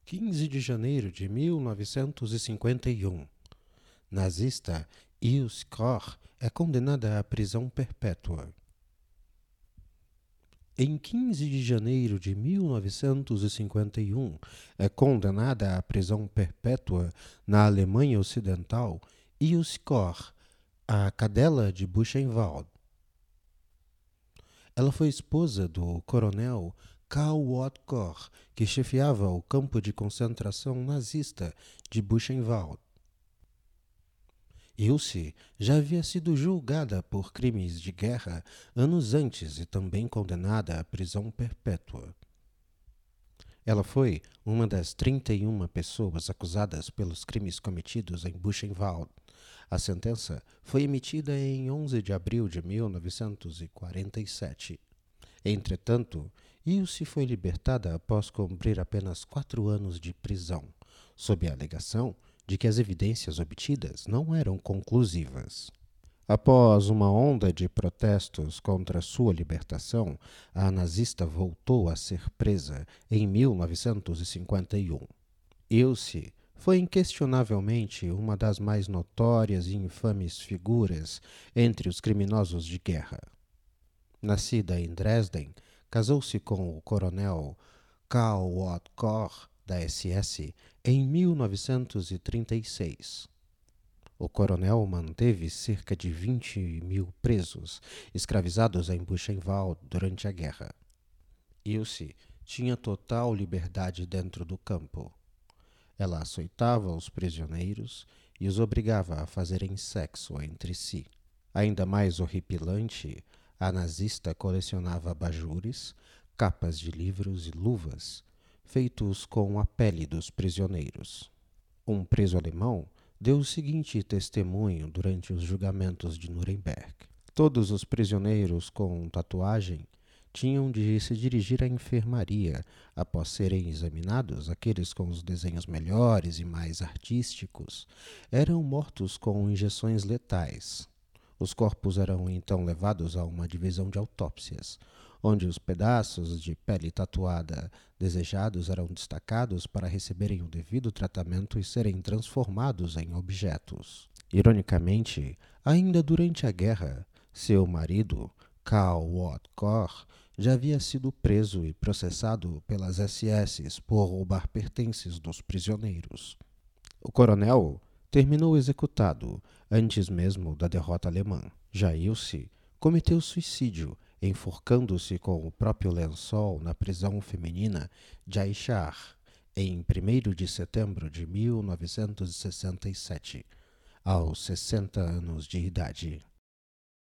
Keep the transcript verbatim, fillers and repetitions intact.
quinze de janeiro de mil novecentos e cinquenta e um. Nazista Ilse Koch é condenada à prisão perpétua. Em quinze de janeiro de mil novecentos e cinquenta e um, é condenada à prisão perpétua na Alemanha Ocidental Ilse Koch, a cadela de Buchenwald. Ela foi esposa do coronel Karl Otto Koch, que chefiava o campo de concentração nazista de Buchenwald. Ilse já havia sido julgada por crimes de guerra anos antes e também condenada à prisão perpétua. Ela foi uma das trinta e uma pessoas acusadas pelos crimes cometidos em Buchenwald. A sentença foi emitida em onze de abril de mil novecentos e quarenta e sete. Entretanto, Ilse foi libertada após cumprir apenas quatro anos de prisão, sob a alegação de que as evidências obtidas não eram conclusivas. Após uma onda de protestos contra sua libertação, a nazista voltou a ser presa em mil novecentos e cinquenta e um. Ilse foi inquestionavelmente uma das mais notórias e infames figuras entre os criminosos de guerra. Nascida em Dresden, casou-se com o coronel Karl Otto Koch, da S S, em mil novecentos e trinta e seis. O coronel manteve cerca de vinte mil presos, escravizados em Buchenwald durante a guerra. Ilse tinha total liberdade dentro do campo. Ela açoitava os prisioneiros e os obrigava a fazerem sexo entre si. Ainda mais horripilante, a nazista colecionava abajures, capas de livros e luvas, feitos com a pele dos prisioneiros. Um preso alemão deu o seguinte testemunho durante os julgamentos de Nuremberg. Todos os prisioneiros com tatuagem tinham de se dirigir à enfermaria após serem examinados. Aqueles com os desenhos melhores e mais artísticos eram mortos com injeções letais. Os corpos eram então levados a uma divisão de autópsias, onde os pedaços de pele tatuada desejados eram destacados para receberem o devido tratamento e serem transformados em objetos. Ironicamente, ainda durante a guerra, seu marido, Karl Otto Koch, já havia sido preso e processado pelas S S por roubar pertences dos prisioneiros. O coronel terminou executado antes mesmo da derrota alemã. Já Ilse cometeu suicídio, enforcando-se com o próprio lençol na prisão feminina de Aichach, em primeiro de setembro de mil novecentos e sessenta e sete, aos sessenta anos de idade.